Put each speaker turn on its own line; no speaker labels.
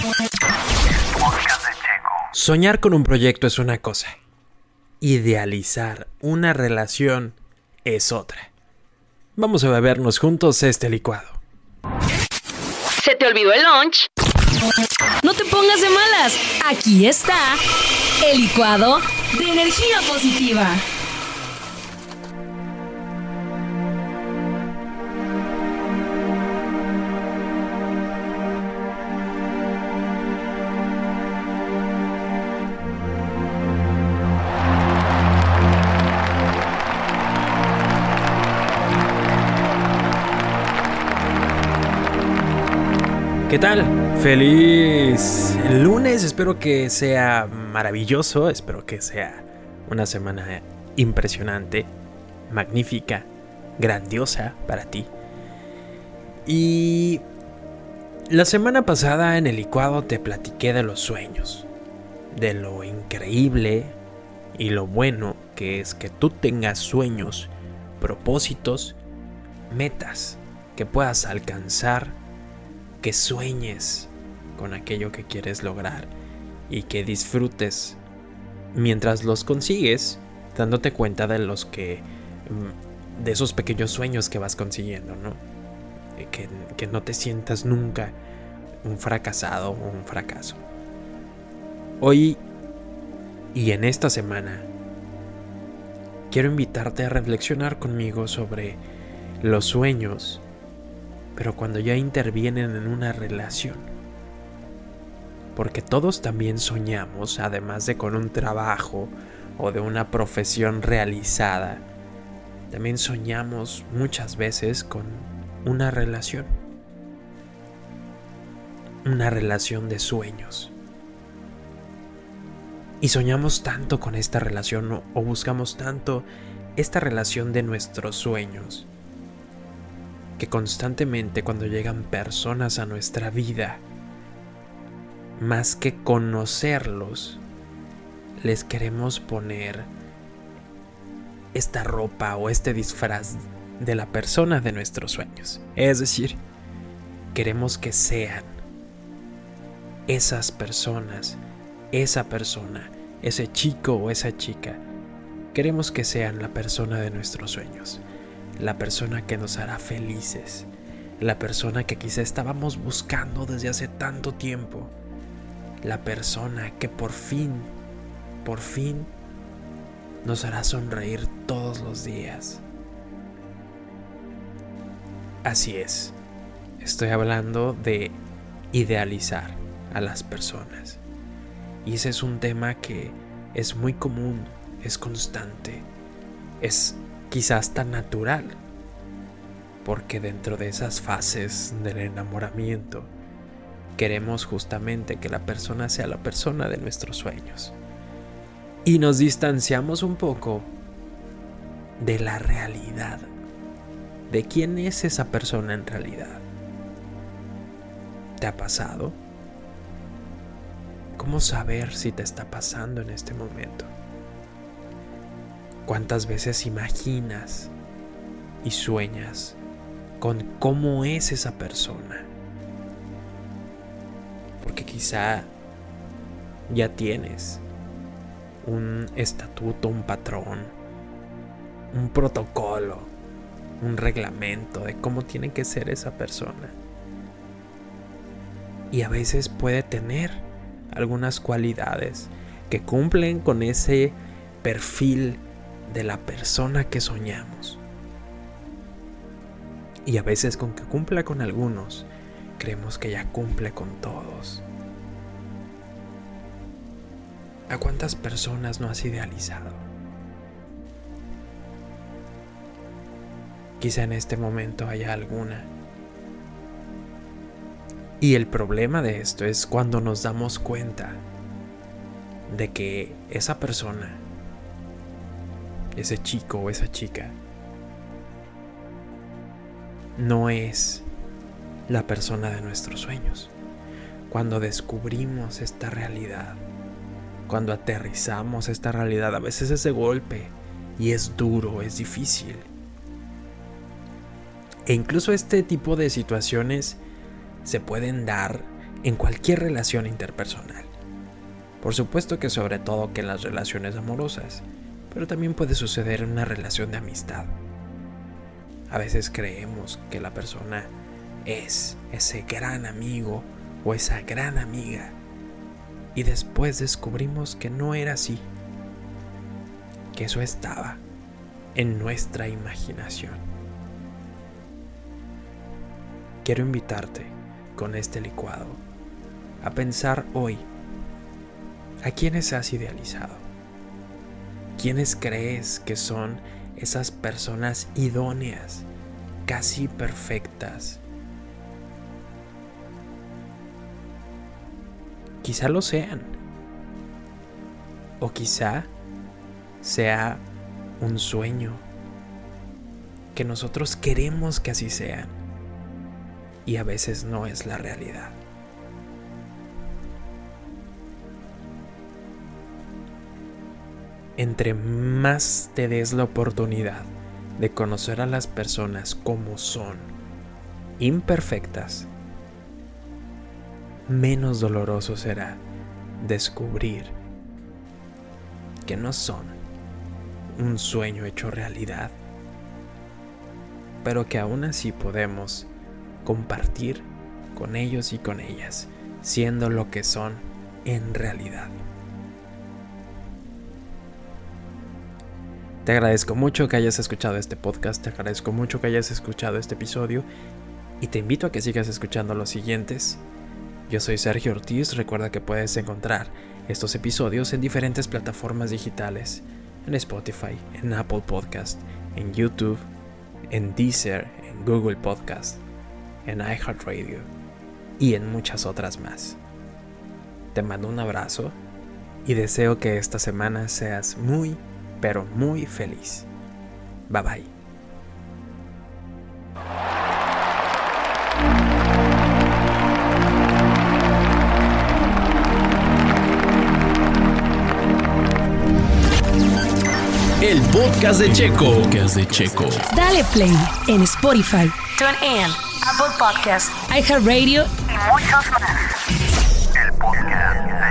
Soñar con un proyecto es una cosa. Idealizar una relación es otra. Vamos a bebernos juntos este licuado.
¿Se te olvidó el lunch?
No te pongas de malas. Aquí está el licuado de energía positiva.
¿Qué tal? Feliz lunes, espero que sea maravilloso, espero que sea una semana impresionante, magnífica, grandiosa para ti. Y la semana pasada en el licuado te platiqué de los sueños, de lo increíble y lo bueno que es que tú tengas sueños, propósitos, metas que puedas alcanzar, que sueñes con aquello que quieres lograr y que disfrutes mientras los consigues, dándote cuenta de de esos pequeños sueños que vas consiguiendo, ¿no? Que no te sientas nunca un fracasado o un fracaso. Hoy y en esta semana quiero invitarte a reflexionar conmigo sobre los sueños, pero cuando ya intervienen en una relación. Porque todos también soñamos, además de con un trabajo o de una profesión realizada, también soñamos muchas veces con una relación. Una relación de sueños. Y soñamos tanto con esta relación o buscamos tanto esta relación de nuestros sueños, que constantemente cuando llegan personas a nuestra vida, más que conocerlos, les queremos poner esta ropa o este disfraz de la persona de nuestros sueños. Es decir, queremos que sean esas personas, esa persona, ese chico o esa chica. Queremos que sean la persona de nuestros sueños. La persona que nos hará felices, la persona que quizá estábamos buscando desde hace tanto tiempo, la persona que por fin nos hará sonreír todos los días. Así es, estoy hablando de idealizar a las personas. Y ese es un tema que es muy común, es constante, es quizás tan natural, porque dentro de esas fases del enamoramiento queremos justamente que la persona sea la persona de nuestros sueños y nos distanciamos un poco de la realidad, de quién es esa persona en realidad. ¿Te ha pasado? ¿Cómo saber si te está pasando en este momento? ¿Cuántas veces imaginas y sueñas con cómo es esa persona? Porque quizá ya tienes un estatuto, un patrón, un protocolo, un reglamento de cómo tiene que ser esa persona. Y a veces puede tener algunas cualidades que cumplen con ese perfil de la persona que soñamos. Y a veces con que cumpla con algunos, creemos que ya cumple con todos. ¿A cuántas personas no has idealizado? Quizá en este momento haya alguna. Y el problema de esto es cuando nos damos cuenta de que esa persona, ese chico o esa chica, no es la persona de nuestros sueños. Cuando descubrimos esta realidad, cuando aterrizamos esta realidad, a veces ese golpe y es duro, es difícil. E incluso este tipo de situaciones se pueden dar en cualquier relación interpersonal. Por supuesto que sobre todo que en las relaciones amorosas, pero también puede suceder en una relación de amistad. A veces creemos que la persona es ese gran amigo o esa gran amiga y después descubrimos que no era así, que eso estaba en nuestra imaginación. Quiero invitarte con este licuado a pensar hoy a quiénes has idealizado, quiénes crees que son esas personas idóneas, casi perfectas. Quizá lo sean, o quizá sea un sueño que nosotros queremos que así sean y a veces no es la realidad. Entre más te des la oportunidad de conocer a las personas como son, imperfectas, menos doloroso será descubrir que no son un sueño hecho realidad, pero que aún así podemos compartir con ellos y con ellas, siendo lo que son en realidad. Te agradezco mucho que hayas escuchado este podcast, te agradezco mucho que hayas escuchado este episodio y te invito a que sigas escuchando los siguientes. Yo soy Sergio Ortiz, recuerda que puedes encontrar estos episodios en diferentes plataformas digitales, en Spotify, en Apple Podcast, en YouTube, en Deezer, en Google Podcast, en iHeartRadio y en muchas otras más. Te mando un abrazo y deseo que esta semana seas muy, pero muy feliz. Bye bye.
El podcast de Checo.
Dale play en Spotify,
TuneIn, Apple Podcast
iHeartRadio
y muchos más. El podcast